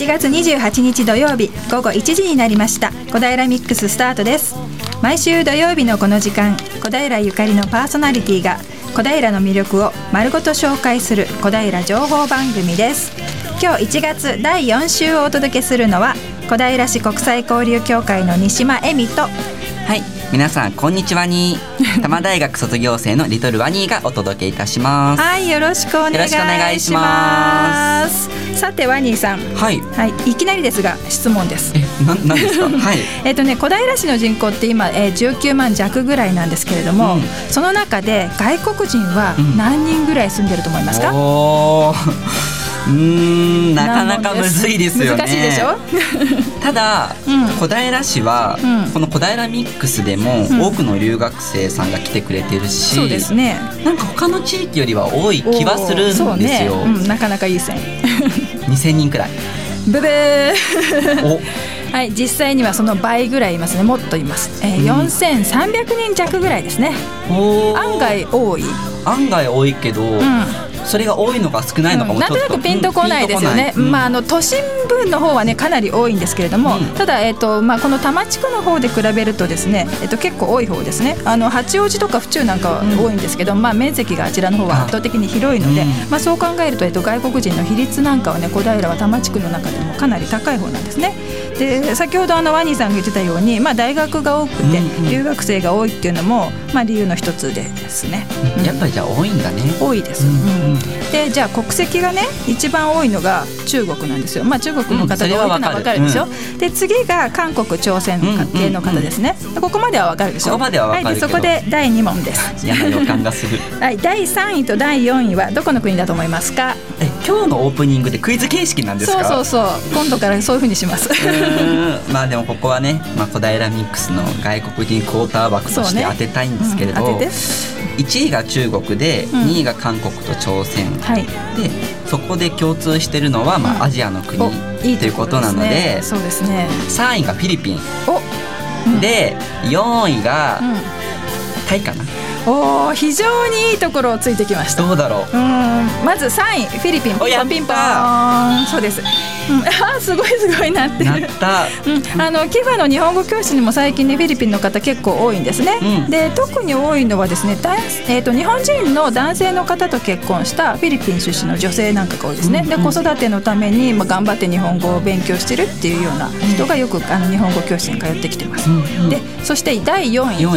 1月28日土曜日午後1時になりました。小平ミックススタートです。毎週土曜日のこの時間、小平ゆかりのパーソナリティが小平の魅力を丸ごと紹介する小平情報番組です。今日1月第4週をお届けするのは小平市国際交流協会の西間恵美と、 はい、皆さんこんにちはに多摩大学卒業生のリトルワニーがお届けいたします。 はい、よろしくお願いします。さてワニーさん、はい、いきなりですが質問です。 何ですか？はい、 小平市の人口って今、19万弱ぐらいなんですけれども、その中で外国人は何人ぐらい住んでると思いますか？ なかなかむずいですよね。 難しいでしょただ、小平市は、この小平ミックスでも多くの留学生さんが来てくれてるし、 そうですね、 なんか他の地域よりは多い気はするんですよ。 なかなかいい線 2000人くらい。 ブブーはい、実際にはその倍ぐらいいますね。もっといます、4300人弱ぐらいですね。案外多いけど、それが多いのか少ないのかもちょっと、なんとなくピンとこないですよね。都心部の方はねかなり多いんですけれども、ただ、この多摩地区の方で比べるとですね、結構多い方ですね。八王子とか府中なんかは多いんですけど、面積があちらの方は圧倒的に広いので、そう考えると、外国人の比率なんかはね、小平は多摩地区の中でもかなり高い方なんですね。で、先ほどワニーさんが言ってたように、大学が多くて、留学生が多いっていうのも、理由の一つですね。 やっぱりじゃあ多いんだね。 多いです、で、じゃあ国籍がね一番多いのが中国なんですよ。中国の方が多いっていうのは分かるでしょ、で次が韓国朝鮮系の方ですね、ここまでは分かるでしょ。 ここまでは分かるけど、 そこで第2問です。 嫌な予感がするはい、第3位と第4位はどこの国だと思いますか？ 今日のオープニングでクイズ形式なんですか？ そう今度からそういう風にしますでもここはね、小平ミックスの外国人クォーターバックとして当てたいんですけれど、 当てて。 1位が中国で、2位が韓国と朝鮮、でそこで共通してるのは、アジアの国ということなので、 そうですね、 3位がフィリピン、で4位が、タイかな。 非常にいいところをついてきました。 どうだろう。 まず3位フィリピン、ピンポン。そうです、すごいなってなったキファの日本語教室にも最近ねフィリピンの方結構多いんですね、で特に多いのはですね、日本人の男性の方と結婚したフィリピン出身の女性なんかが多いですね、で子育てのために、頑張って日本語を勉強してるっていうような人がよく日本語教室に通ってきてます、でそして第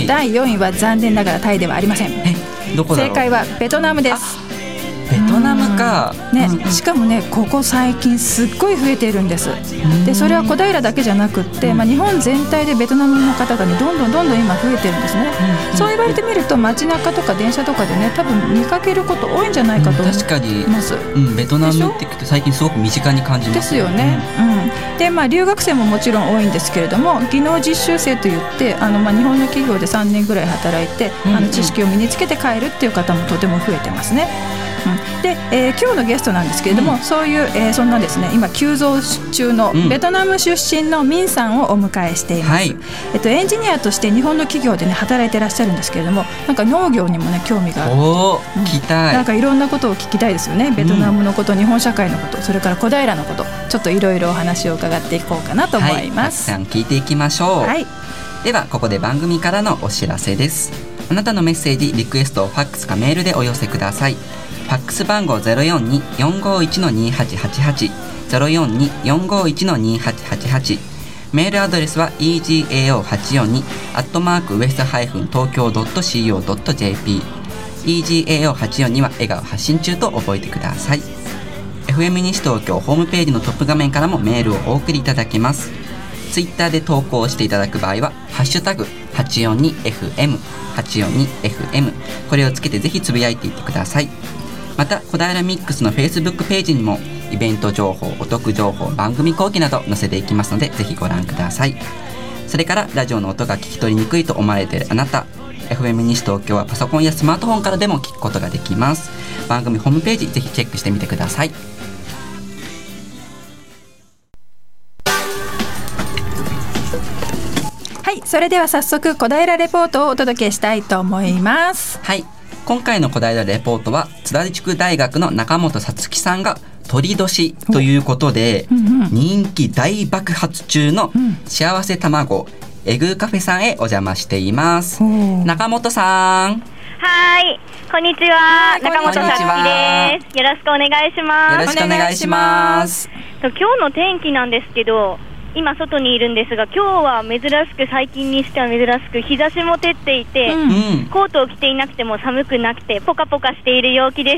4位は残念ながらタイではありません。 どこだろう。 正解はベトナムです。 ベトナムか、 しかもねここ最近すっごい増えているんです。でそれは小平だけじゃなくって、日本全体でベトナムの方がねどんどん今増えてるんですね、そう言われてみると街中とか電車とかでね多分見かけること多いんじゃないかと思います。 確かに、ベトナムって聞くと最近すごく身近に感じますですよね、で留学生ももちろん多いんですけれども、技能実習生といって日本の企業で3年ぐらい働いて、知識を身につけて帰るっていう方もとても増えてますね。で、今日のゲストなんですけれども、そういう、そんなですね今急増中のベトナム出身のミンさんをお迎えしています、エンジニアとして日本の企業でね働いてらっしゃるんですけれども、なんか農業にもね興味がある。 聞きたい。 なんかいろんなことを聞きたいですよね。ベトナムのこと、日本社会のこと、それから小平のこと、ちょっといろいろお話を伺っていこうかなと思います。 たくさん聞いていきましょう、ではここで番組からのお知らせです。あなたのメッセージリクエストをファックスかメールでお寄せください。ファックス番号 042-451-2888 042-451-2888、 メールアドレスは egao842@west-tokyo.co.jp、 egao842 は笑顔発信中と覚えてください。 FM 西東京ホームページのトップ画面からもメールをお送りいただけます。ツイッターで投稿していただく場合はハッシュタグ 842FM 842FM、 これをつけてぜひつぶやいていってください。また小平ミックスの Facebook ページにもイベント情報、お得情報、番組後期など載せていきますのでぜひご覧ください。それからラジオの音が聞き取りにくいと思われているあなた、 FM 西東京はパソコンやスマートフォンからでも聞くことができます。番組ホームページぜひチェックしてみてください。 はい、それでは早速小平レポートをお届けしたいと思います。 はい、今回の小平レポートは津田地区大学の中本さつきさんが鳥年ということで、人気大爆発中の幸せ卵エグーカフェさんへお邪魔しています。中本さん。 はい、こんにちは。中本さつきです。よろしくお願いします。 よろしくお願いします。 今日の天気なんですけど、今外にいるんですが、今日は珍しく、最近にしては珍しく日差しも照っていて、コートを着ていなくても寒くなくてポカポカしている陽気です。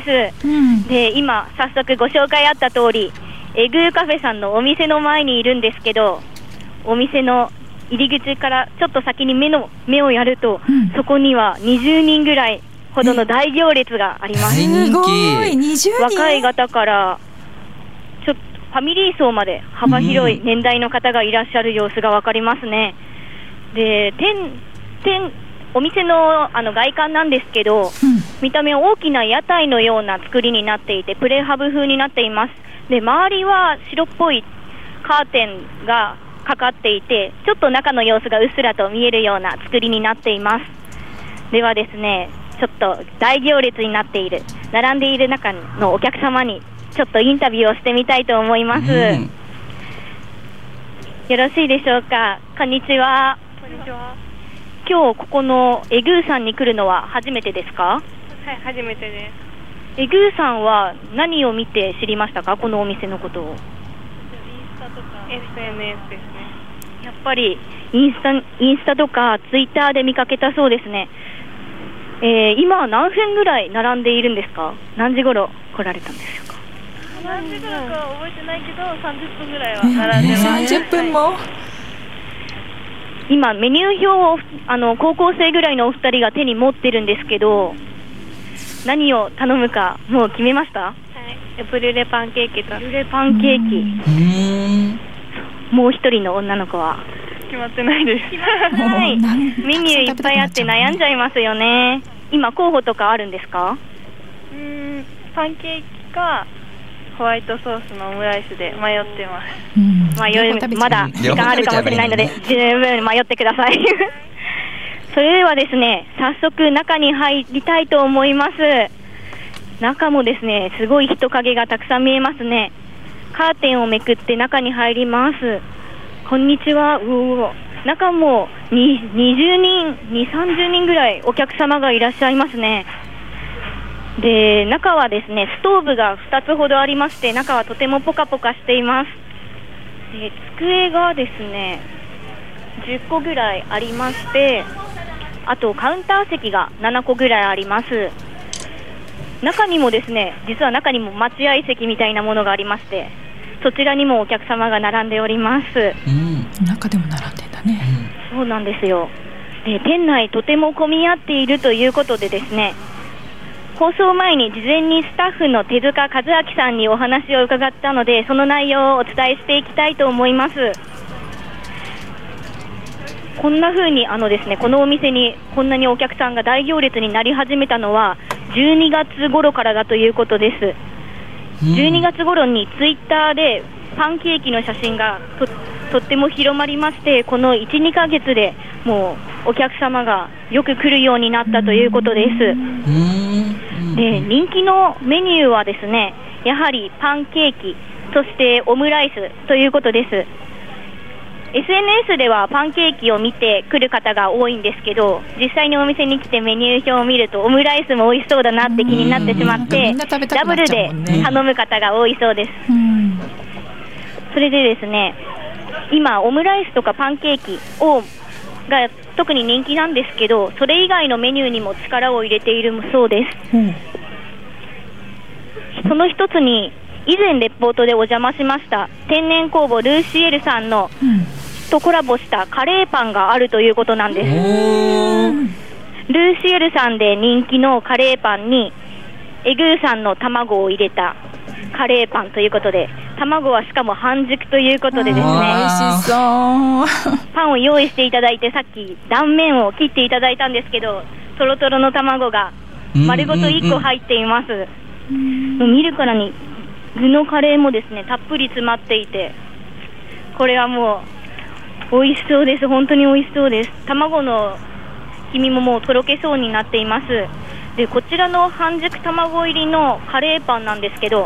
で、今早速ご紹介あった通り、エグーカフェさんのお店の前にいるんですけど、お店の入り口からちょっと先に目をやると、そこには20人ぐらいほどの大行列があります。 すごい、20人。 若い方からちょっとファミリー層まで幅広い年代の方がいらっしゃる様子が分かりますね。で、お店の外観なんですけど、見た目は大きな屋台のような作りになっていて、プレハブ風になっています。で、周りは白っぽいカーテンがかかっていて、ちょっと中の様子がうっすらと見えるような作りになっています。ではですね、ちょっと大行列になっている、並んでいる中のお客様にちょっとインタビューをしてみたいと思います。よろしいでしょうか。こんにちは。 こんにちは。 今日ここのエグーさんに来るのは初めてですか？ はい、初めてです。 エグーさんは何を見て知りましたか、このお店のことを？ インスタとか SNS ですね。 やっぱりインスタとかツイッターで見かけたそうですね。今は何分ぐらい並んでいるんですか？何時頃来られたんですか？ 何時頃か覚えてないけど30分ぐらいは並んでます。 30分も。 今メニュー表を高校生ぐらいのお二人が手に持ってるんですけど、何を頼むかもう決めました？ はい、ブリュレパンケーキと。 ブリュレパンケーキ。もう一人の女の子は決まってないです。 はい、メニューいっぱいあって悩んじゃいますよね。今候補とかあるんですか？ パンケーキかホワイトソースのオムライスで迷ってます。 まだ時間あるかもしれないので十分迷ってください。それではですね、早速中に入りたいと思います。中もですね、すごい人影がたくさん見えますね。カーテンをめくって中に入ります。こんにちは。中も20人、30人ぐらいお客様がいらっしゃいますね。で、中はですね、ストーブが2つほどありまして、中はとてもポカポカしています。机がですね10個ぐらいありまして、あとカウンター席が7個ぐらいあります。中にもですね、実は中にも待合席みたいなものがありまして、そちらにもお客様が並んでおります。 中でも並んでんだね。 そうなんですよ。で、店内とても混み合っているということでですね、放送前に事前にスタッフの手塚和明さんにお話を伺ったので、その内容をお伝えしていきたいと思います。こんな風にですね、このお店にこんなにお客さんが大行列になり始めたのは12月頃からだということです。12月頃にツイッターでパンケーキの写真がとっても広まりまして、この 1,2 ヶ月でもうお客様がよく来るようになったということです。で、人気のメニューはですね、やはりパンケーキ、そしてオムライスということです。SNS ではパンケーキを見て来る方が多いんですけど、実際にお店に来てメニュー表を見るとオムライスも美味しそうだなって気になってしまって、ダブルで頼む方が多いそうです。それでですね、今オムライスとかパンケーキが特に人気なんですけど、それ以外のメニューにも力を入れているそうです。その一つに以前レポートでお邪魔しました天然酵母ルーシエルさんの、とコラボしたカレーパンがあるということなんです。ルーシエルさんで人気のカレーパンにエグーさんの卵を入れたカレーパンということで、卵はしかも半熟ということでですね、美味しそう。 パンを用意していただいて、さっき断面を切っていただいたんですけど、トロトロの卵が丸ごと1個入っています。見るからに具のカレーもですね、たっぷり詰まっていて、これはもう美味しそうです。本当に美味しそうです。卵の黄身ももうとろけそうになっています。で、こちらの半熟卵入りのカレーパンなんですけど、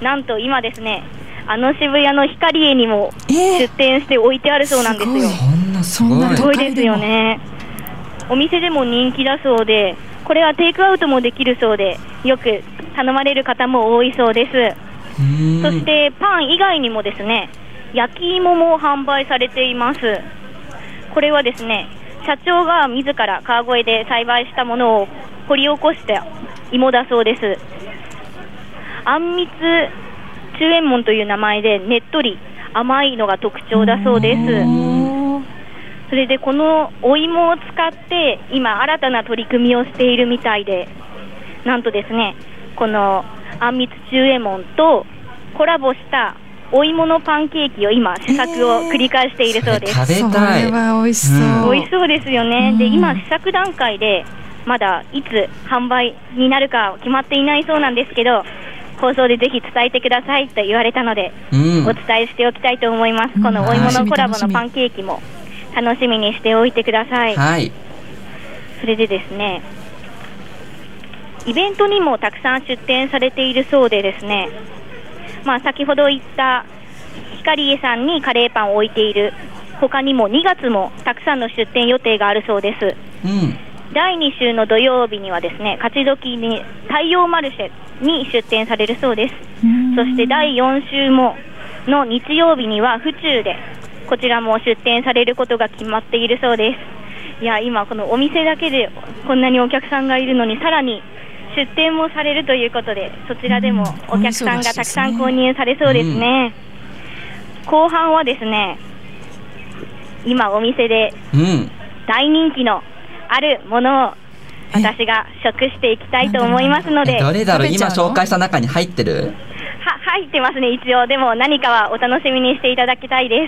なんと今ですね、渋谷のヒカリエにも出店して置いてあるそうなんですよ。 そんなすごいですよね。お店でも人気だそうで、これはテイクアウトもできるそうで、よく頼まれる方も多いそうです。そしてパン以外にもですね、焼き芋も販売されています。これはですね、社長が自ら川越で栽培したものを掘り起こした芋だそうです。あんみつ中右衛門という名前で、ねっとり甘いのが特徴だそうです。それでこのお芋を使って今新たな取り組みをしているみたいで、なんとですね、このあんみつ中右衛門とコラボしたお芋のパンケーキを今試作を繰り返しているそうです。 食べたい。 それは美味しそう、 美味しそうですよね。で、今試作段階でまだいつ販売になるか決まっていないそうなんですけど、放送でぜひ伝えてくださいと言われたので、お伝えしておきたいと思います。このお芋のコラボのパンケーキも楽しみにしておいてください。 はい。 それでですね、イベントにもたくさん出店されているそうでですね、先ほど言ったヒカリエさんにカレーパンを置いている他にも2月もたくさんの出店予定があるそうです。第2週の土曜日にはですね、勝ち時に太陽マルシェに出店されるそうです。そして第4週もの日曜日には府中でこちらも出店されることが決まっているそうです。いや、今このお店だけでこんなにお客さんがいるのに、さらに出店もされるということで、そちらでもお客さんがたくさん購入されそうですね。後半はですね、今お店で大人気のあるものを私が食していきたいと思いますので。 どれだろう。今紹介した中に入ってる？ 入ってますね、一応。でも何かはお楽しみにしていただきたいです。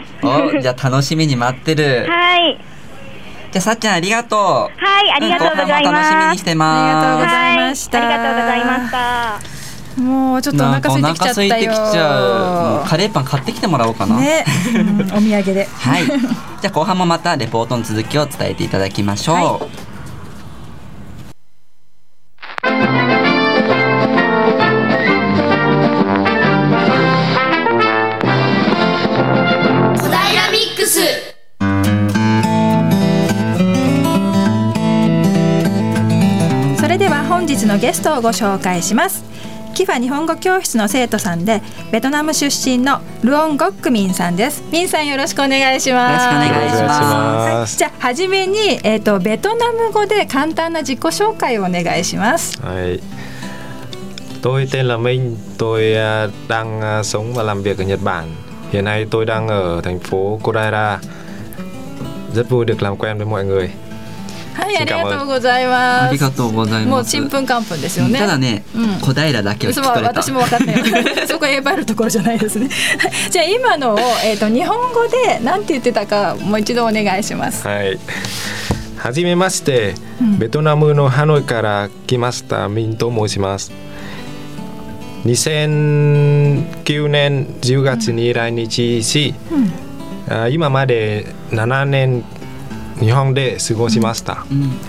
じゃあ楽しみに待ってる。 はい。 じゃあさっちゃんありがとう。 はい、ありがとうございます。 後半も楽しみにしてます。 ありがとうございました。 ありがとうございました。 もうちょっとお腹空いてきちゃったよ。 お腹空いてきちゃう。カレーパン買ってきてもらおうかな。 ね、お土産で。 はい。じゃあ後半もまたレポートの続きを伝えていただきましょう。はい。 本日のゲストをご紹介します。キファ日本語教室の生徒さんでベトナム出身のルオン・ゴックミンさんです。ミンさん、よろしくお願いします。 よろしくお願いします。じゃあ初めに、ベトナム語で簡単な自己紹介をお願いします。 はい。Tôi tên là Minh, tôi đang sống và làm việc ở Nhật Bản. Hiện nay tôi đang ở thành phố Kodaira. Rất vui được làm quen với mọi người. はい、ありがとうございます。 ありがとうございます。 もうちんぷんかんぷんですよね。 ただね、小平だけを聞き取れた。 私も分かったよ。そこへばるところじゃないですね。じゃあ今のを、日本語で何て言ってたかもう一度お願いします。 はい。はじめまして、ベトナムのハノイから来ましたミンと申します。2009年10月に来日し、今まで7年日本で過ごしました。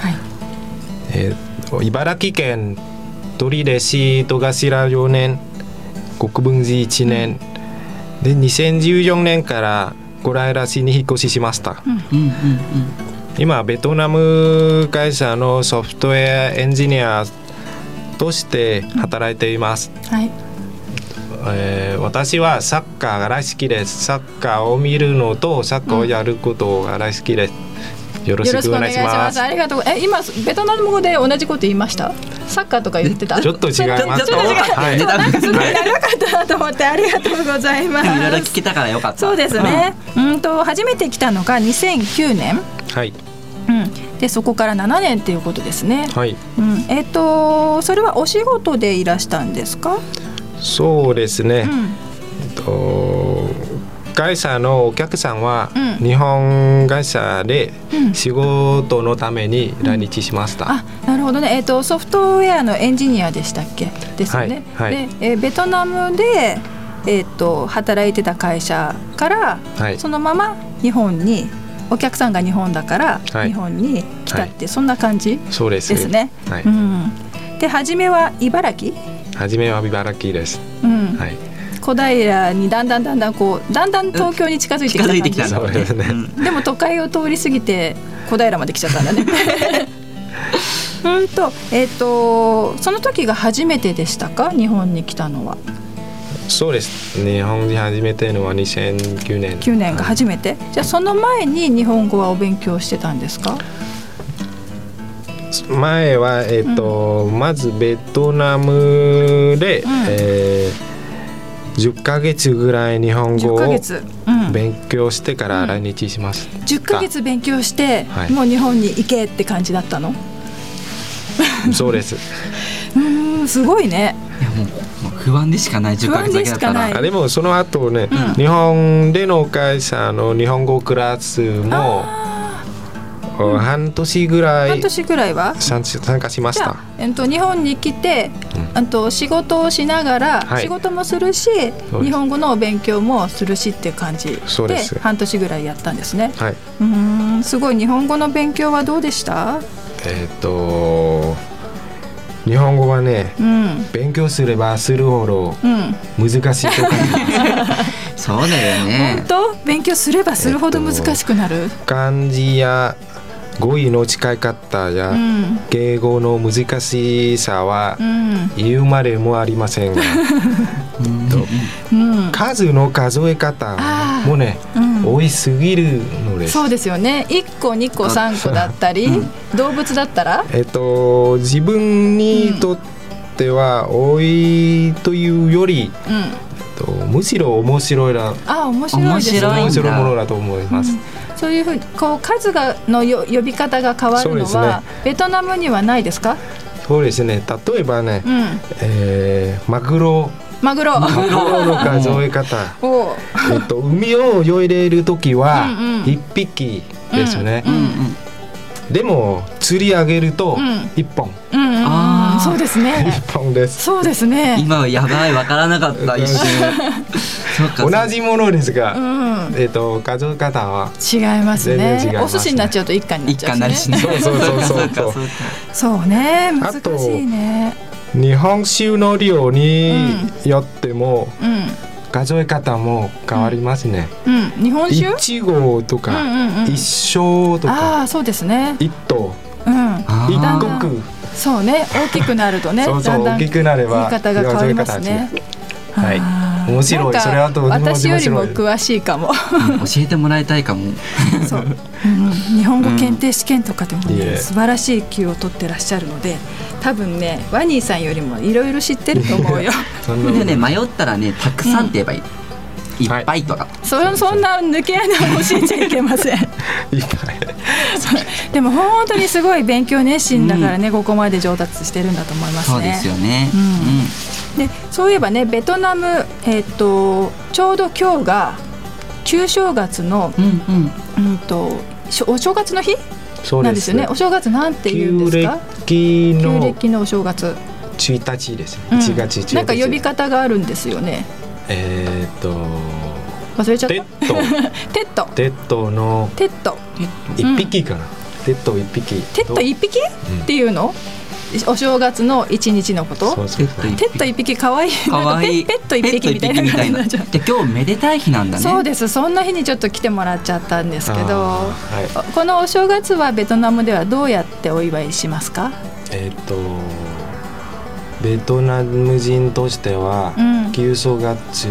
茨城県取手市戸頭4年、国分寺1年で2014年から小平市に引っ越ししました。今ベトナム会社のソフトウェアエンジニアとして働いています。私はサッカーが大好きです。サッカーを見るのとサッカーをやることが大好きです。よろしくお願いします。 ありがとう。今ベトナム語で同じこと言いました？サッカーとか言ってた？ ちょっと違います。 ちょっと違う。なんかすごい長かったなと思ってありがとうございます。 いろいろ聞けたからよかった。 そうですね。初めて来たのが2009年。 はい。 でそこから7年ということですね。 はい。 それはお仕事でいらしたんですか？ そうですね。会社のお客さんは日本会社で仕事のために来日しました。 なるほどね。ソフトウェアのエンジニアでしたっけ？ですよね。で、ベトナムで、働いてた会社から、そのまま日本にお客さんが日本だから、日本に来たって、そんな感じですね。で、初めは茨城？ 初めは茨城です。 小平にだんだんこうだんだん東京に近づいてきた感じ、 近づいてきたんだろうね、 でも都会を通り過ぎて小平まで来ちゃったんだねその時が初めてでしたか、日本に来たのは。 そうです。日本に初めてのは2009年。 9年が初めて。じゃあその前に日本語はお勉強してたんですか？ 前は、まずベトナムで、10ヶ月ぐらい日本語を勉強してから来日しました。 10ヶ月勉強して、はい、もう日本に行けって感じだったの？ そうですすごいね。 いやもう不安でしかない10ヶ月だけだったら。 でもその後ね、日本での会社の日本語クラスも半年ぐらいは参加しました。 日本に来て、仕事をしながら、はい、仕事もするし日本語のお勉強もするしっていう感じで半年ぐらいやったんですね。はい、すごい。日本語の勉強はどうでした？ 日本語はね、勉強すればするほど難しいとか、 そうだよね。 本当？勉強すればするほど難しくなる？ 漢字や語彙の使い方や敬語の難しさは言うまでもありませんが、数の数え方もね、多いすぎるのです。 そうですよね。1個2個3個だったり、動物だったら、 自分にとっては多いというより、むしろ面白いな。 面白いですね。 面白いものだと思います。 そういうふうにこう数の呼び方が変わるのは、ベトナムにはないですか？ そうですね。例えばね、マグロの数え方、海を泳いでいるときは1匹ですね。でも釣り上げると1本。 そうですね。 1本です。 そうですね。 今はやばい、わからなかった一瞬。 同じものですが、数え方は違いますね。お寿司になっちゃうと一貫になっちゃうしね。そうね、難しいね。 日本酒の量によっても数え方も変わりますね。 日本酒 1合とか1升とか、 そうですね。 1頭1国。 そうね、大きくなるとね、だんだん大きくなれば言い方が変わりますね。 はい、面白い。それは私よりも詳しいかも。 教えてもらいたいかも。 そう、日本語検定試験とかでもね、素晴らしい級を取ってらっしゃるので、多分ね、ワニーさんよりもいろいろ知ってると思うよ。 でね、迷ったらね、たくさんって言えばいい。いっぱいとか、 そんな抜け穴を教えちゃいけません。でも本当にすごい勉強熱心だからね、ここまで上達してるんだと思いますね。 そうですよね。 で、そういえばね、ベトナム、ちょうど今日が旧正月の、お正月の日なんですよね。お正月なんて言うんですか？旧暦のお正月。 1日ですね。1月1日。 なんか呼び方があるんですよね。忘れちゃった。テッドの1匹かな。テッド1匹。テッド1匹っていうの？お正月の1日のこと？テッド1匹かわいい。ペット1匹みたいな感じになっちゃう。 で、今日めでたい日なんだね。 そうです。そんな日にちょっと来てもらっちゃったんですけど、このお正月はベトナムではどうやってお祝いしますか？ ベトナム人としては、旧正月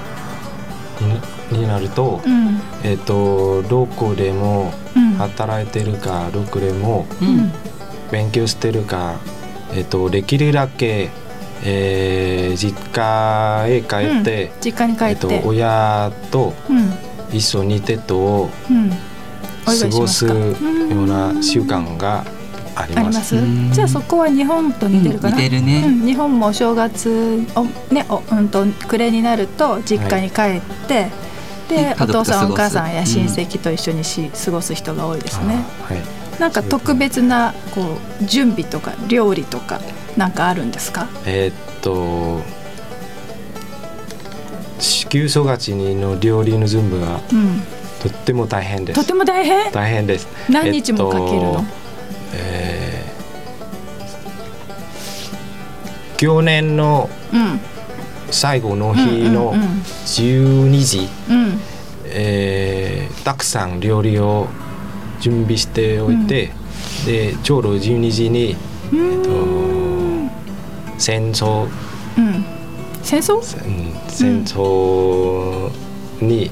になると、どこでも働いてるか、どこでも勉強してるか、できるだけ、実家へ帰って、親と一緒にテッドを過ごすような習慣があります。 じゃあそこは日本と似てるかな。 似てるね。 日本もお正月暮れになると実家に帰って、でお父さんお母さんや親戚と一緒に過ごす人が多いですね。なんか特別なこう準備とか料理とかなんかあるんですか？ 旧正月の料理の準備はとっても大変です。 とても大変？ 大変です。 何日もかけるの？去年の最後の日の12時、たくさん料理を準備しておいて、でちょうど12時に、戦争に、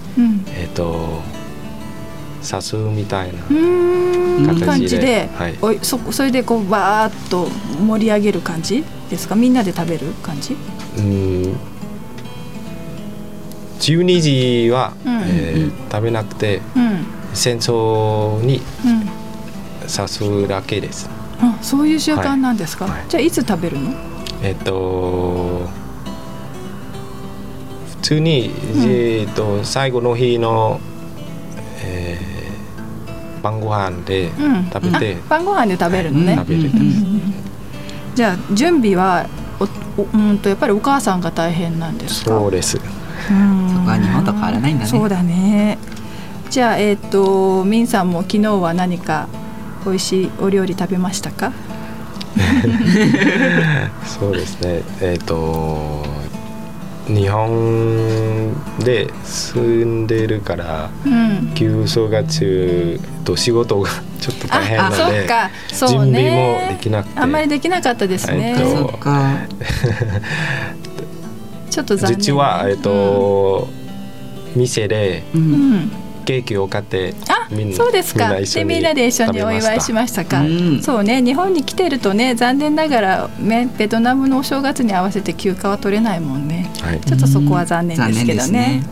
刺すみたいな感じで、それでこうバーッと盛り上げる感じですか？みんなで食べる感じ ？12時は、食べなくて、戦争に刺すだけです。 そういう習慣なんですか？じゃあいつ食べるの？ 普通に、最後の日の、晩ご飯で食べて、 晩ご飯で食べるのね。じゃあ準備はやっぱりお母さんが大変なんですか？ そうです。 そこは日本と変わらないんだね。 そうだね。じゃあミンさんも昨日は何か美味しいお料理食べましたか？ そうですね。日本で住んでるから、旧正月仕事がちょっと大変なので、準備もできなくて、 あんまりできなかったですね。 そっか。 ちょっと残念。 実は店でケーキを買ってそうですか。でみんなで一緒にお祝いしましたか？そうね、日本に来てるとね、残念ながらベトナムのお正月に合わせて休暇は取れないもんね。ちょっとそこは残念ですけどね。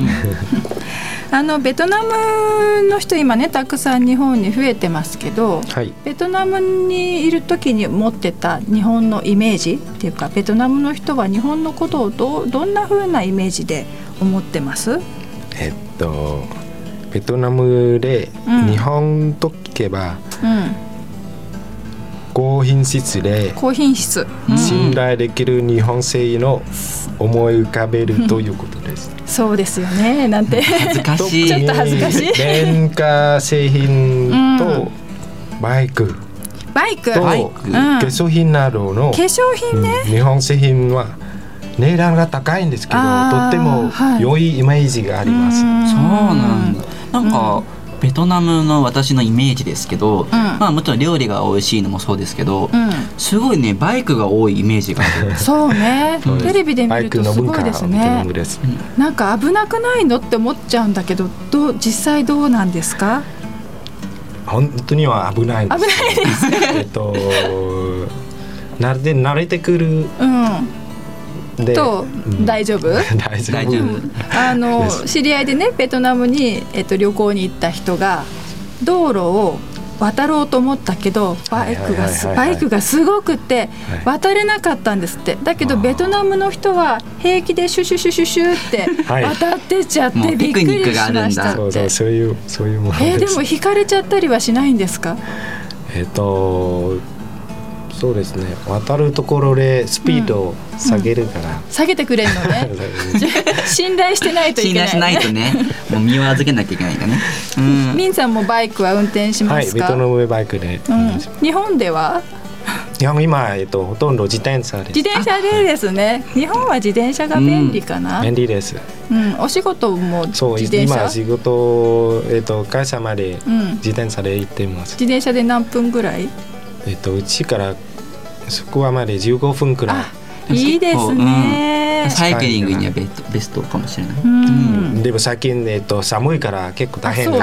ベトナムの人今ねたくさん日本に増えてますけど、ベトナムにいる時に持ってた日本のイメージっていうか、ベトナムの人は日本のことをどんな風なイメージで思ってます？ ベトナムで日本と聞けば、高品質で信頼できる日本製の思い浮かべるということです。 そうですよね。なんて恥ずかしい。 ちょっと恥ずかしい。 電化製品とバイクと化粧品などの化粧品ね、 日本製品は値段が高いんですけど、とっても良いイメージがあります。 そうなんだ。なんか、ベトナムの私のイメージですけど、もちろん料理が美味しいのもそうですけど、すごいねバイクが多いイメージがある。 そうね、テレビで見るとすごいですね。なんか危なくないのって思っちゃうんだけど、実際どうなんですか？ 本当には危ないです。慣れてくる。 大丈夫？ 大丈夫。 知り合いでねベトナムに、旅行に行った人が道路を渡ろうと思ったけどバイクがすごくて渡れなかったんですって。だけどベトナムの人は平気でシュシュシュシュシュって渡ってっちゃってびっくりしましたって。 そういうものです。 でも引かれちゃったりはしないんですか？ そうですね。渡るところでスピードを下げるから、 下げてくれるのね。信頼してないといけない。 信頼しないとね。もう身を預けなきゃいけないんだね。 ミンさんもバイクは運転しますか？ ベトナムバイクで。 日本では？ 今ほとんど自転車です。 自転車でですね。日本は自転車が便利かな。 便利です。 お仕事も自転車？ 今仕事会社まで自転車で行っています。 自転車で何分ぐらい？ うちからそこはまで15分くらい。いいですね。 サイクリングにはベストかもしれない。 でも最近寒いから結構大変です。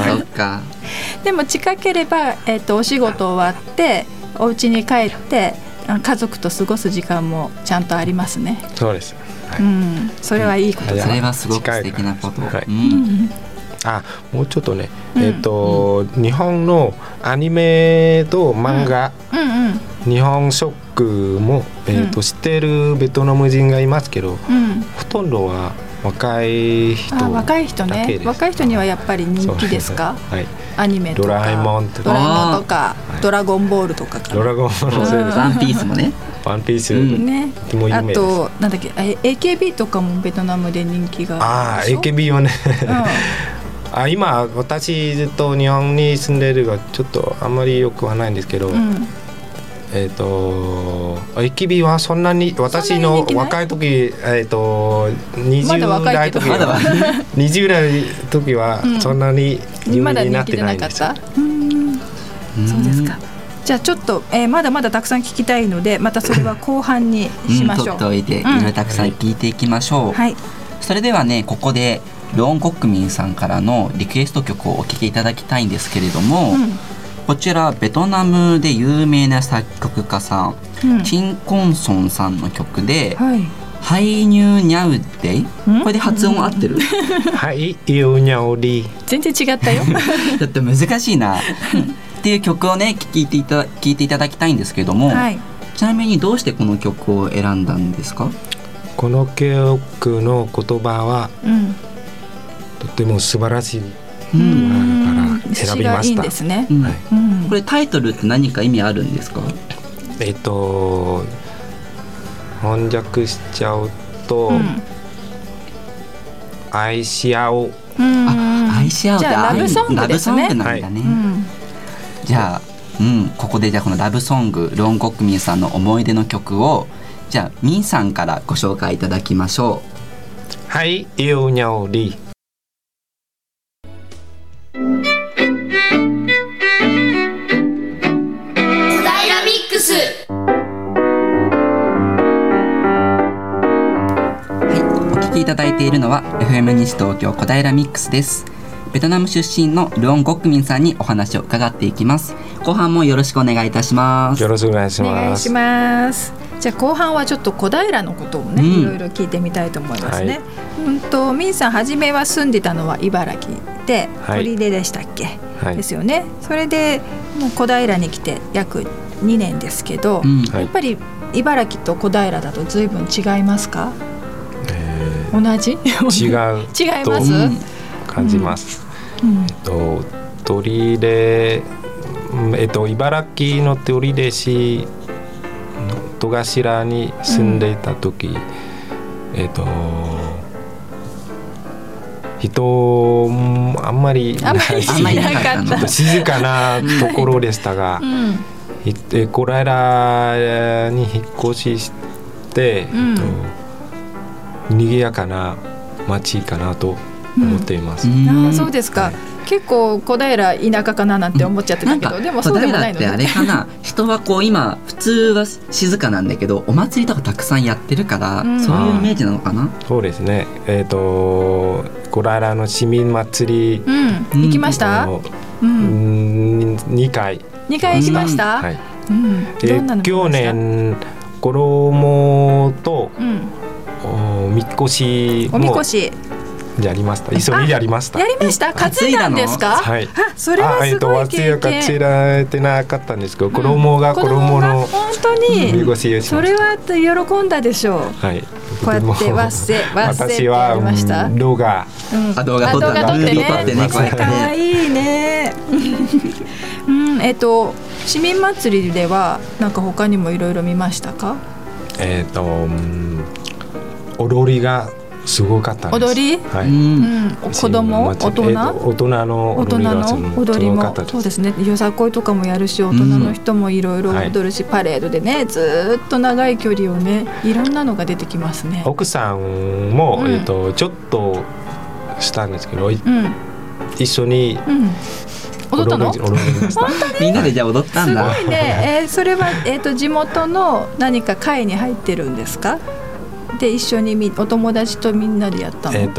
そっか。 でも近ければお仕事終わってお家に帰って家族と過ごす時間もちゃんとありますね。 そうです。 それはいいことです。 それはすごく素敵なこと。 もうちょっとね、日本のアニメと漫画、日本食も、知っているベトナム人がいますけど、ほとんどは若い人だけです。 若い人ね。若い人にはやっぱり人気ですか？アニメとかドラえもんとかドラゴンボールとか。 ドラゴンボール、 ワンピースもね。 ワンピースね。 あとなんだっけ、AKB とかもベトナムで人気が。 AKB はね。今私ずっと日本に住んでるがちょっとあんまりよくはないんですけど、 AKB はそんなに私の若い時20代時は20代時はそんなに有名になってないんです。 そうですか。じゃあちょっと、まだまだたくさん聞きたいのでまたそれは後半にしましょう。 取っておいていろいろたくさん聞いていきましょう。 はい、 それではねここでローン・コックミンさんからのリクエスト曲をお聴きいただきたいんですけれども、こちらベトナムで有名な作曲家さん、チン・コンソンさんの曲で、ハイニューニャウデイ、これで発音合ってる？ ハイニューニャウデイ、 全然違ったよだって難しいなっていう曲をね聴いていただきたいんですけども、ちなみにどうしてこの曲を選んだんですか？ この曲の言葉は、とても素晴らしいから選びました。 いいんですね。 これタイトルって何か意味あるんですか？ 翻訳しちゃうと、愛し合おう。 愛し合うってラブソングですね。 ラブソングなんだね。じゃあ、ここでじゃあこのラブソングローン・コックミンさんの思い出の曲をじゃあミンさんからご紹介いただきましょう。 はい、yêu nhau đi。 いただいているのは FM 西東京小平ミックスです。ベトナム出身のルオン・コックミンさんにお話を伺っていきます。後半もよろしくお願いいたします。 よろしくお願いします。 お願いします。じゃあ後半はちょっと小平のことをね、いろいろ聞いてみたいと思いますね。ミンさん初めは住んでたのは茨城で取手でしたっけ、ですよね。それでもう小平に来て約2年ですけど、やっぱり茨城と小平だと随分違いますか？同じ？違います？感じます。取手、茨城の取手市の戸頭に住んでいた時、人あんまりいないし、ちょっと静かなところでしたが、小平に引っ越しして、賑やかな町かなと思っています。 そうですか。結構小平田舎かななんて思っちゃってたけど、でもそうでもないのね。 小平ってあれかな人はこう今普通は静かなんだけどお祭りとかたくさんやってるから、そういうイメージなのかな。 そうですね。小平の市民祭り、 行きました？ 2回行きました？ 去年衣とみこしもやりました。一緒にやりました。 やりました。担いだんですか？ はい。 それはすごい経験。 担いらてなかったんですけど、衣の本当にみこしをしました。 それは喜んだでしょう。 はい。 こうやってわっせってやりました。 動画撮ってね。可愛いね。市民祭りではなんか他にもいろいろ見ましたか？ 踊りがすごかったです。 踊り？子供？大人の踊りもそうですね。よさこいとかもやるし、大人の人もいろいろ踊るし、パレードでねずっと長い距離をね、いろんなのが出てきますね。 奥さんもちょっとしたんですけど、一緒に踊ったの？ みんなでじゃあ踊ったんだ。 すごいね。それは地元の何か会に入ってるんですか？で一緒にお友達とみんなでやったの？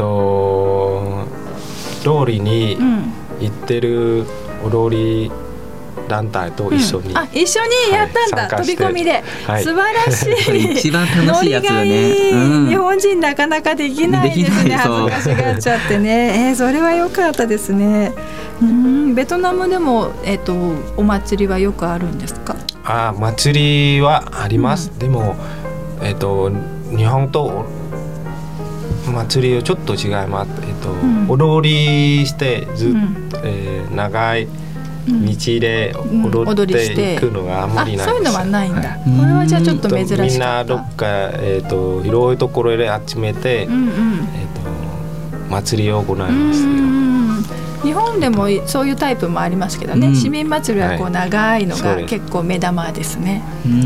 ローリに行ってる踊り団体と一緒に、 一緒にやったんだ。飛び込みで、素晴らしい。 一番楽しいやつよね。 日本人なかなかできないですね。恥ずかしがっちゃってね。それは良かったですね。ベトナムでもお祭りはよくあるんですか？ 祭りはあります。でも日本と祭りはちょっと違います。踊りして長い道で踊っていくのがあんまりないです。 そういうのはないんだ。これはじゃあちょっと珍しかった。 みんなどっか広いところで集めて祭りを行いますよ。 日本でもそういうタイプもありますけどね、市民祭りはこう長いのが結構目玉ですね。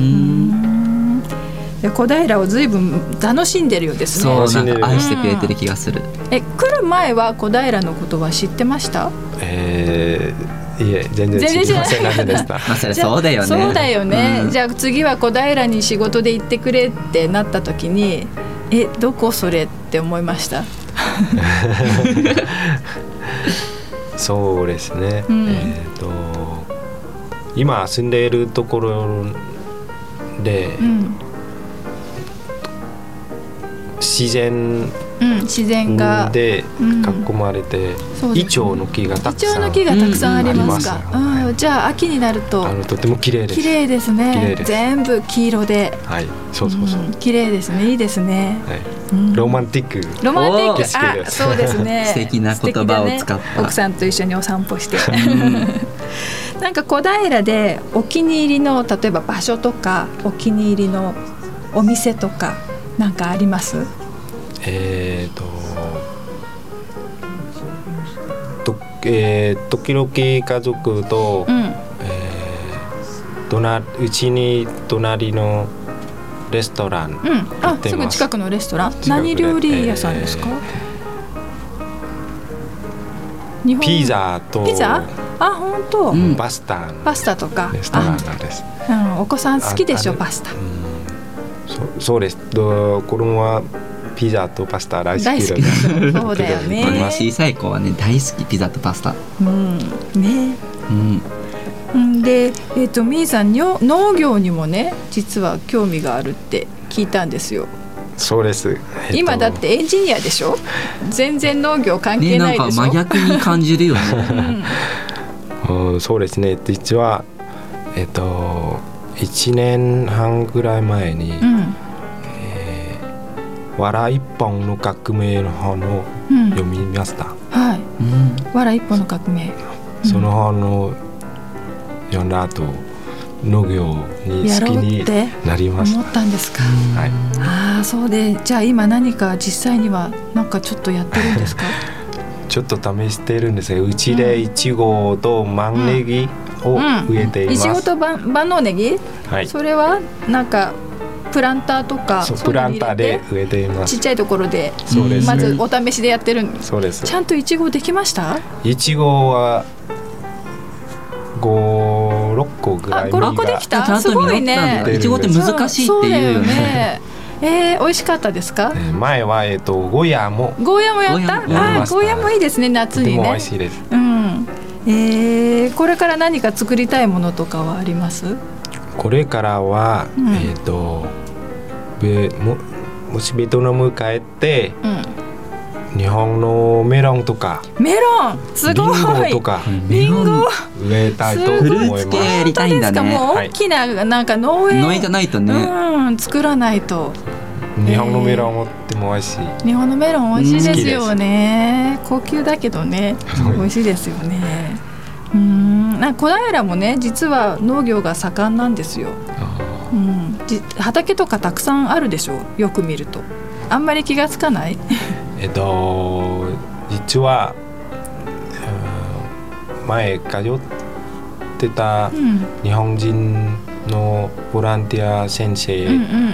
で小平を随分楽しんでるようですね。 そう、なんか愛してくれてる気がする。 来る前は小平のことは知ってました？ いえ、全然知りません。なんでですか？ そうだよね。 そうだよね。じゃあ次は小平に仕事で行ってくれってなった時に、どこそれって思いました？ そうですね。今住んでいるところで、自然がで囲まれて、イチョウの木がたくさんありますか。じゃあ秋になるととても綺麗です。 綺麗ですね。全部黄色で、 そう綺麗ですね。いいですね。 ロマンティック。 そうですね。 素敵な言葉を使った。 奥さんと一緒にお散歩して。なんか小平でお気に入りの例えば場所とかお気に入りのお店とかなんかあります？ 時々家族と、うちに隣のレストラン行ってます。 すぐ近くのレストラン。何料理屋さんですか？ ピザと本当。 パスタとかレストランです。 お子さん好きでしょパスタ。 そうです。子供はピザとパスタ大好きです。 そうだよね。 小さい子はね大好き、ピザとパスタ。 で、みーさん農業にもね実は興味があるって聞いたんですよ。 そうです。 今だってエンジニアでしょ。全然農業関係ないでしょ。 なんか真逆に感じるよね。 そうですね。実は1年半ぐらい前に、わら一本の革命の本を読みました。わら一本の革命。その本を読んだ後、農業に好きになりました。 思ったんですか。そうで、じゃあ今何か実際にはなんかちょっとやってるんですか？ ちょっと試してるんですが、うちでイチゴと万ネギを植えています。 イチゴと万能ネギ？それはなんかプランターとかプランターで植えています。 ちっちゃいところでまずお試しでやってるんです。 そうです。 ちゃんとイチゴできました？ イチゴは5、6個ぐらい。 5、6個できた？すごいね。 イチゴって難しいっていうよね。 美味しかったですか？ 前はゴーヤもやった？ゴーヤもいいですね、夏にね。 とても美味しいです。 これから何か作りたいものとかはあります？ これからは、もしベトナム帰って、日本のメロンとかすごいリンゴとかリンゴ植えたいと思います。 フルーツ系やりたいんだね。 もう大きななんか農園じゃないとね、 作らないと。 日本のメロンもとても美味しい。 日本のメロン美味しいですよね。高級だけどね、美味しいですよね。小平もね実は農業が盛んなんですよ。畑とかたくさんあるでしょ。よく見るとあんまり気がつかない？ 実は前通ってた日本人のボランティア先生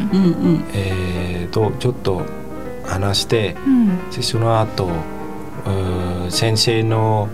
とちょっと話して、その後先生の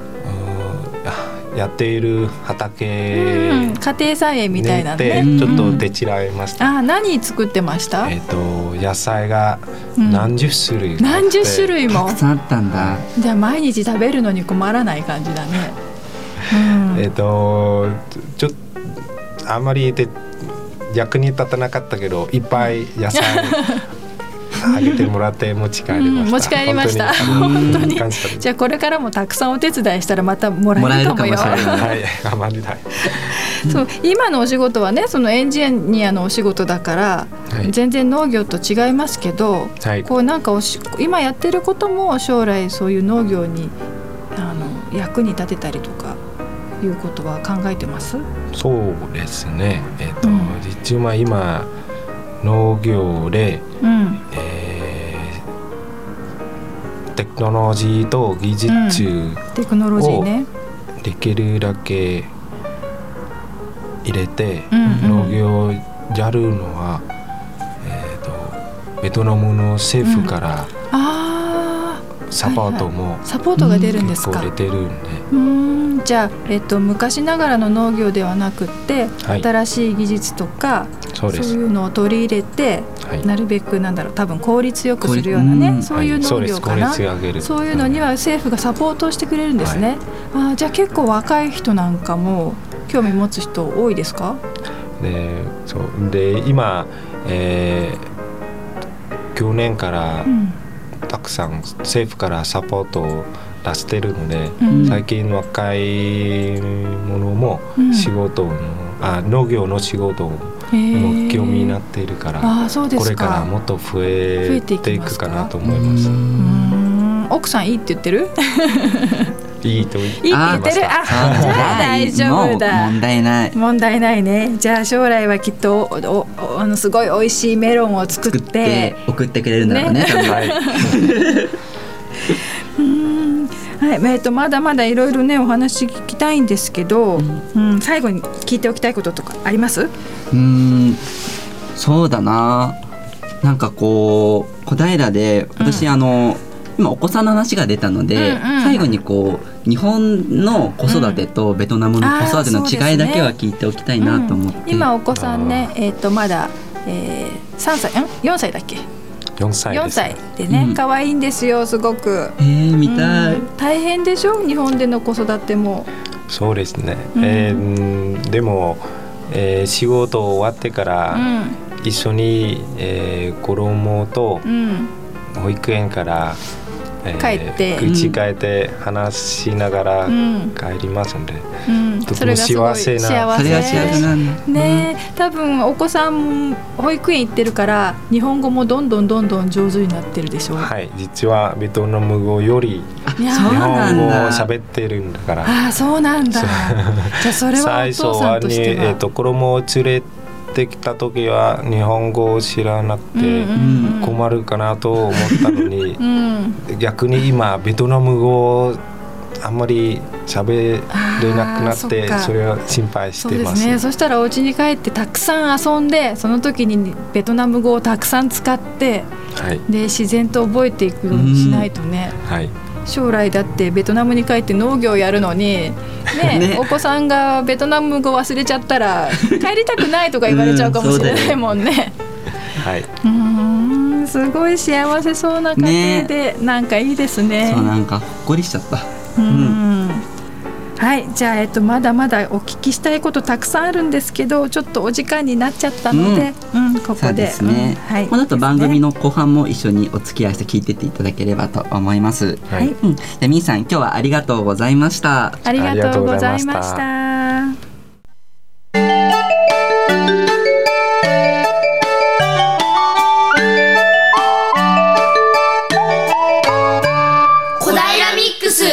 やっている畑、 家庭菜園みたいなね、 ちょっと手伝いました。 何作ってました？ 野菜が何十種類もたくさんあったんだ。 じゃあ毎日食べるのに困らない感じだね。 ちょっとあんまり役に立たなかったけど、いっぱい野菜あげてもらって持ち帰りました。本当に。じゃあこれからもたくさんお手伝いしたらまたもらえるかもよ。 頑張りたい。 そう、今のお仕事はね、そのエンジニアのお仕事だから、全然農業と違いますけど、こうなんか今やってることも将来そういう農業に役に立てたりとかいうことは考えてます？ そうですね。実は今テクノロジーと技術テクノロジーねできるだけ入れて、農業やるのは、ベトナムの政府からサポートもサポートが出るんですか。 結構出てるんで、 じゃあ、昔ながらの農業ではなくって、新しい技術とかそういうのを取り入れて、なるべく多分効率よくするようなね、そういう農業かな、そういうのには政府がサポートしてくれるんですね。じゃあ結構若い人なんかも興味持つ人多いですか。 で今、去年からたくさん政府からサポートを出してるので、最近若い者も仕事の、農業の仕事も興味になっているから、これからもっと増えていくかなと思います。 奥さんいいって言ってるいいと言ってる。じゃあ大丈夫だ。問題ないね。じゃあ将来はきっとすごい美味しいメロンを作って送ってくれるんだろうね。 まだまだいろいろねお話聞きたいんですけど、最後に聞いておきたいこととかあります？ そうだな。小平で私、今お子さんの話が出たので、最後に日本の子育てとベトナムの子育ての違いだけは聞いておきたいなと思って、 今お子さんね、まだ、3歳4歳だっけ。 4歳でね、可愛いんですよすごく。 見たい。 大変でしょ日本での子育ても。 そうですね、でも、仕事終わってから、一緒に、子供と保育園から帰って家帰って話しながら帰りますので、とても幸せな。 それは幸せなんだね。多分お子さん保育園行ってるから日本語もどんどん上手になってるでしょう。 実はベトナム語より日本語を喋ってるんだから。 そうなんだ。じゃあそれはお父さんとしては最初は子供を連れてきた時は日本語を知らなくて困るかなと思ったのに、逆に今ベトナム語をあんまり喋れなくなって、それは心配してます。そうですね。 そしたらお家に帰ってたくさん遊んで、その時にベトナム語をたくさん使って、で自然と覚えていくようにしないとね。将来だってベトナムに帰って農業やるのに、お子さんがベトナム語忘れちゃったら帰りたくないとか言われちゃうかもしれないもんね。すごい幸せそうな家庭で、いいですね。 そうほっこりしちゃった。 じゃあ、まだまだお聞きしたいことたくさんあるんですけど、ちょっとお時間になっちゃったので、ここで。そうですね。 この後番組の後半も一緒にお付き合いして聞いてっていただければと思います。でみーさん、今日はありがとうございました。 ありがとうございました。 小平ミックス。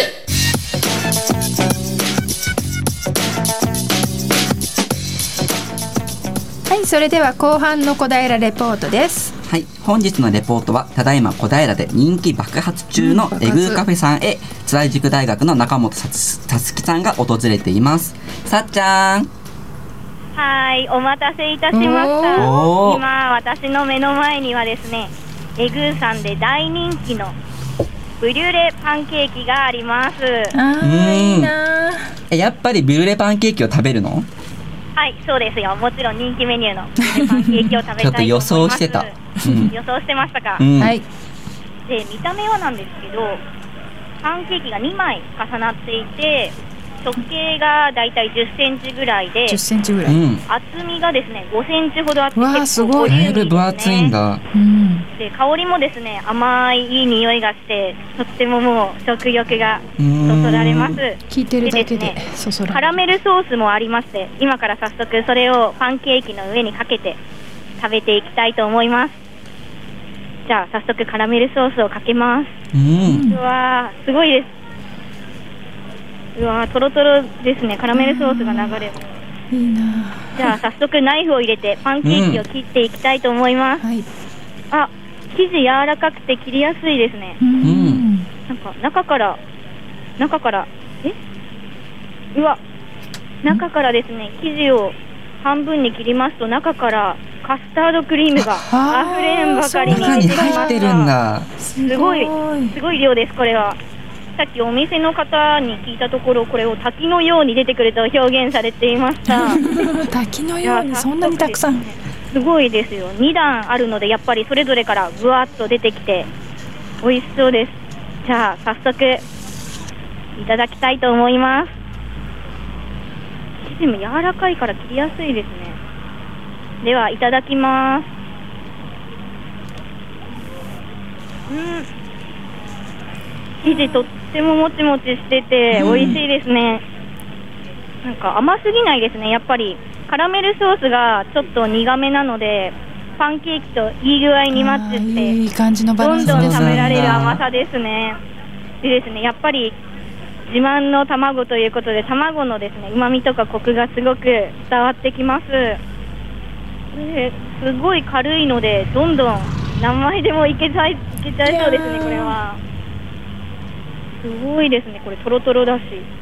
それでは後半の小平レポートです。 本日のレポートはただいま小平で人気爆発中のエグーカフェさんへ津田塾大学の中本さつきさんが訪れています。さっちゃん。 お待たせいたしました。今私の目の前にはですね、エグーさんで大人気のブリュレパンケーキがあります。 いいな。 やっぱりブリュレパンケーキを食べるの？ そうですよ。もちろん人気メニューのブリュレパンケーキを食べたいと思います。ちょっと予想してた。 予想してましたか？で見た目はなんですけど、パンケーキが2枚重なっていて、直径がだいたい10センチぐらいで、 10センチぐらい、 厚みがですね5センチほどあって、 結構ボリューミーですね。 分厚いんだ。 で香りもですね、甘いいい匂いがして、とってももう食欲がそそられます。 聞いてるだけでそそられる。 カラメルソースもありまして、今から早速それをパンケーキの上にかけて食べていきたいと思います。じゃあ早速カラメルソースをかけます。うわー、すごいです。うわー、トロトロですね。カラメルソースが流れる。 いいな。 じゃあ早速ナイフを入れてパンケーキを切っていきたいと思います。生地柔らかくて切りやすいですね。 なんか中から中からですね、生地を半分に切りますと、中からカスタードクリームが溢れんばかりに出てきました。 中に入ってるんだ。 すごい量です。これはさっきお店の方に聞いたところ、これを滝のように出てくると表現されていました滝のようにそんなにたくさん。 すごいですよ。2段あるので、やっぱりそれぞれからぶわっと出てきて美味しそうです。じゃあ早速いただきたいと思います。生地も柔らかいから切りやすいですね。ではいただきます。生地とってももちもちしてて美味しいですね。なんか甘すぎないですね。やっぱりカラメルソースがちょっと苦めなので、パンケーキといい具合にマッチして、 いい感じのバランスですね。 どんどん食べられる甘さですね。でですね、やっぱり自慢の卵ということで、卵のですね、旨味とかコクがすごく伝わってきます。すごい軽いので、どんどん何枚でもいけちゃいそうですね。これはすごいですね。これトロトロだし、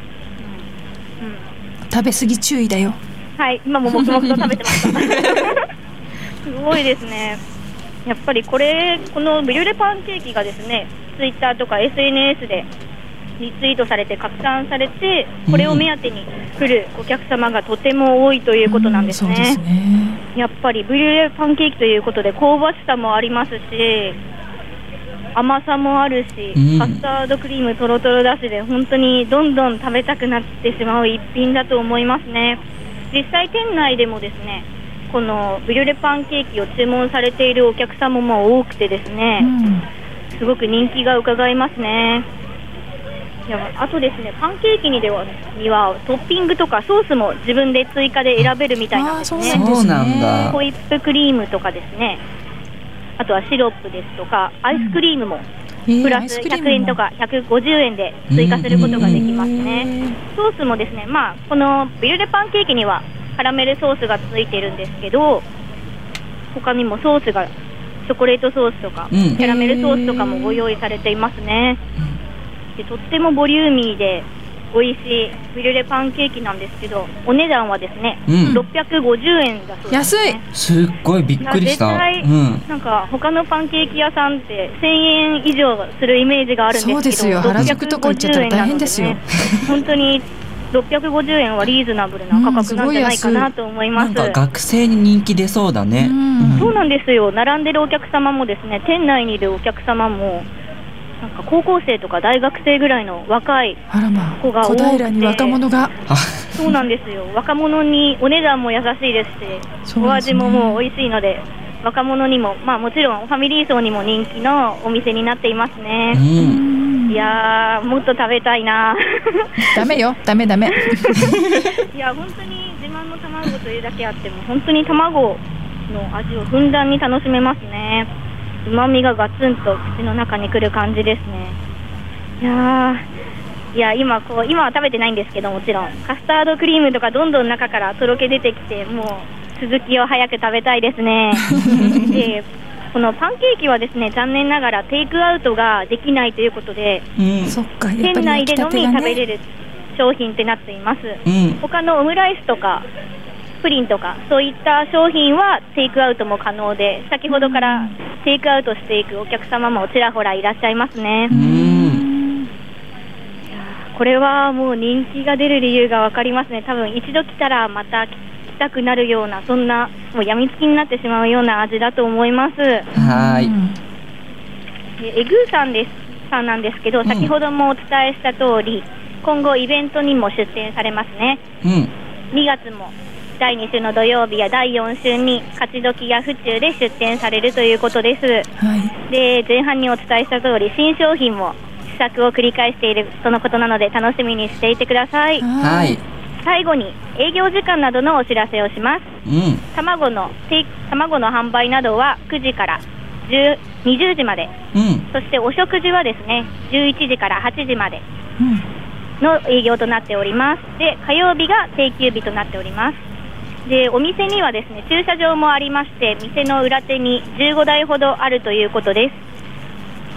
食べ過ぎ注意だよ。 はい、今も黙々と食べてましたすごいですね。やっぱりこのブリュレパンケーキがですね、ツイッターとか SNS でリツイートされて拡散されて、これを目当てに来るお客様がとても多いということなんですね。 そうですね。 やっぱりブリュレパンケーキということで香ばしさもありますし、甘さもあるし、カスタードクリームトロトロだしで、本当にどんどん食べたくなってしまう一品だと思いますね。実際店内でもですね、このブリュレパンケーキを注文されているお客様も多くてですね、すごく人気が伺えますね。あとですね、パンケーキにはトッピングとかソースも自分で追加で選べるみたいなんですね。 そうなんだ。 ホイップクリームとかですね、あとはシロップですとかアイスクリームもプラス100円とか150円で追加することができますね。ソースもですね、このブリュレパンケーキにはカラメルソースがついてるんですけど、他にもソースがチョコレートソースとかキャラメルソースとかもご用意されていますね。でとってもボリューミーで美味しいブリュレパンケーキなんですけど、お値段はですね、650円だそうですね。 すっごいびっくりした。 なんか他のパンケーキ屋さんって1000円以上するイメージがあるんですけど、 そうですよ。原宿とか行っちゃったら大変ですよ。 本当に650円はリーズナブルな価格なんじゃないかなと思います。 なんか学生に人気出そうだね。 そうなんですよ。並んでるお客様もですね、店内にいるお客様もなんか高校生とか大学生ぐらいの若い子が多くて、 小平に若者がそうなんですよ。若者にお値段も優しいですし、お味ももう美味しいので、若者にももちろんファミリー層にも人気のお店になっていますね。いやー、もっと食べたいなダメよ、ダメいや、本当に自慢の卵というだけあっても、本当に卵の味をふんだんに楽しめますね。旨味がガツンと口の中にくる感じですね。いや今は食べてないんですけど、もちろんカスタードクリームとかどんどん中からとろけ出てきて、もう続きを早く食べたいですねでこのパンケーキはですね、残念ながらテイクアウトができないということで、店内でのみ食べれる商品ってなっています。他のオムライスとかプリンとかそういった商品はテイクアウトも可能で、先ほどからテイクアウトしていくお客様もちらほらいらっしゃいますね。これはもう人気が出る理由が分かりますね。多分一度来たらまた来たくなるような、そんなもうやみつきになってしまうような味だと思います。 はい。 エグーさんなんですけど、先ほどもお伝えした通り、今後イベントにも出店されますね。2月も第2週の土曜日や第4週に勝ち時や府中で出店されるということです。で、前半にお伝えした通り、新商品も試作を繰り返しているとのことなので、楽しみにしていてください。最後に営業時間などのお知らせをします。卵の販売などは9時から20時まで、そしてお食事はですね、11時から8時までの営業となっております。で、火曜日が定休日となっております。で、お店にはですね、駐車場もありまして、店の裏手に15台ほどあるということです。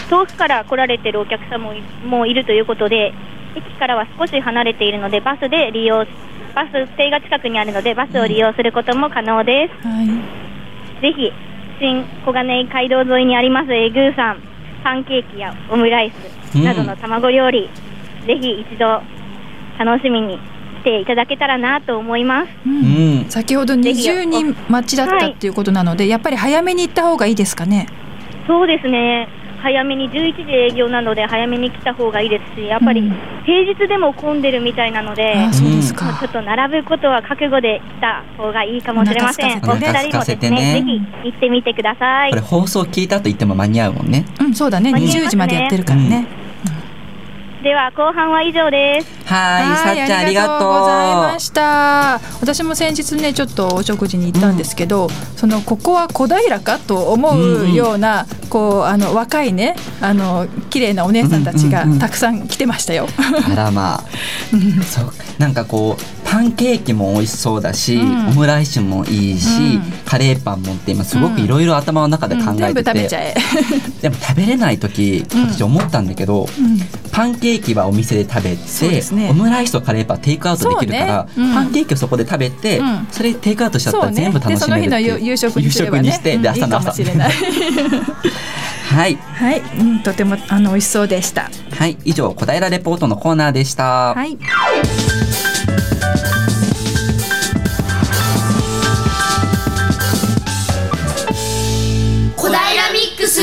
遠くから来られているお客さんもいるということで、駅からは少し離れているのでバス停が近くにあるのでバスを利用することも可能です、はい、ぜひ新小金井街道沿いにありますエグーさん、パンケーキやオムライスなどの卵料理、ぜひ一度楽しみにしていただけたらなと思います、 先ほど20人待ちだったっていうことなので、やっぱり早めに行った方がいいですかね。 そうですね、早めに11時営業なので早めに来た方がいいですし、やっぱり平日でも混んでるみたいなので、 そうですか、 ちょっと並ぶことは覚悟で来た方がいいかもしれません。お二人もですね、ぜひ行ってみてください。 これ放送聞いたと言っても間に合うもんね。 そうだね、20時までやってるからね、 では後半は以上です。 はい、さっちゃんありがとうございました。私も先日ねちょっとお食事に行ったんですけど、ここは小平かと思うような、若いね綺麗なお姉さんたちがたくさん来てましたよ。 あらまあそうなんかパンケーキも美味しそうだし、オムライスもいいし、カレーパンもって今すごくいろいろ頭の中で考えてて、 全部食べちゃえでも食べれない時、私思ったんだけど、パンケーキはお店で食べて、オムライスとカレーパンテイクアウトできるから、パンケーキをそこで食べて、それテイクアウトしちゃったら全部楽しめるっていう、その日の夕食にすればね、 で朝の朝いいかもしれないはい、 はい、とても美味しそうでした。 はい、以上小平レポートのコーナーでした。はい、 小平ミックス。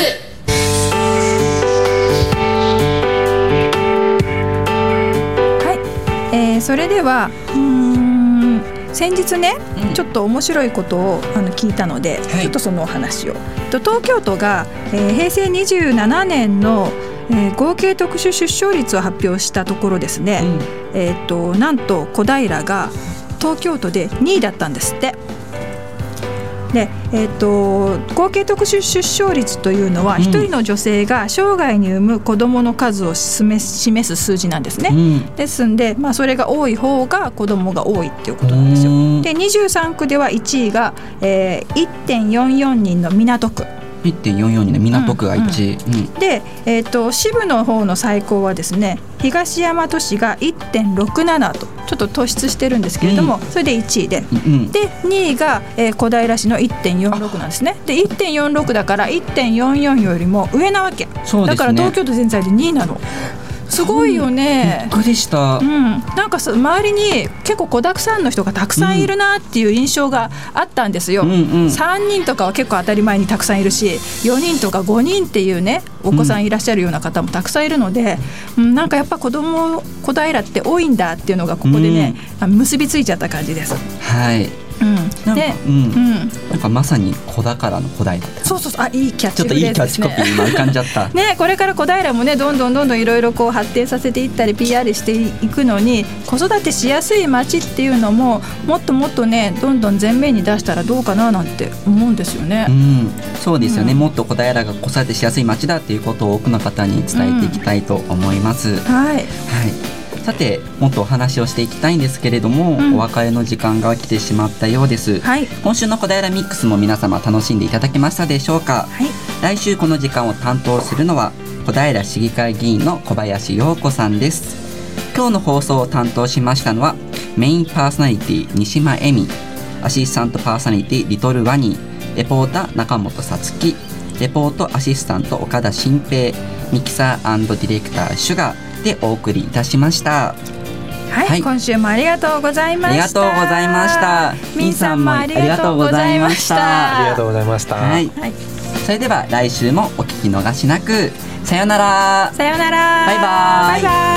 はい、それでは先日ね、ちょっと面白いことを聞いたので、ちょっとそのお話を。東京都が、平成27年の、合計特殊出生率を発表したところですね、なんと小平が東京都で2位だったんですって。で合計特殊出生率というのは、一人の女性が生涯に産む子どもの数を示す数字なんですね、ですんで、それが多い方が子どもが多いっていうことなんですよ。で23区では1位が、1.44 人の港区、 1.44 人の港区が1位、 で、支部の方の最高はですね、東大和市が 1.67 とちょっと突出してるんですけれども、それで1位で、で2位が、小平市の 1.46 なんですね。で 1.46 だから 1.44 よりも上なわけ、だから東京都全体で2位なの。すごいよね。 びっくりした、 なんか周りに結構子だくさんの人がたくさんいるなっていう印象があったんですよ、3人とかは結構当たり前にたくさんいるし、4人とか5人っていうねお子さんいらっしゃるような方もたくさんいるので、なんかやっぱ子供小平って多いんだっていうのがここでね、結びついちゃった感じです。 はい、なんかまさに小宝の小平だった。 そういいキャッチフレーズですね。ちょっといいキャッチコピー今浮かんじゃったね、これから小平もねどんどんいろいろ発展させていったり PR していくのに、子育てしやすい街っていうのももっともっとねどんどん前面に出したらどうかななんて思うんですよね。 そうですよね、もっと小平が子育てしやすい街だっていうことを多くの方に伝えていきたいと思います。はい、さてもっとお話をしていきたいんですけれども、お別れの時間が来てしまったようです、今週の小平ミックスも皆様楽しんでいただけましたでしょうか。来週この時間を担当するのは小平市議会議員の小林陽子さんです。今日の放送を担当しましたのはメインパーソナリティ西間恵美、アシスタントパーソナリティリトルワニー、レポーター中本さつき、レポートアシスタント岡田新平、ミキサー&ディレクターシュガーでお送りいたしました。 今週もありがとうございました。 ありがとうございました。 みんさんもありがとうございました。 ありがとうございました。 それでは来週もお聞き逃しなく。さよなら。 さよなら。 バイバイ。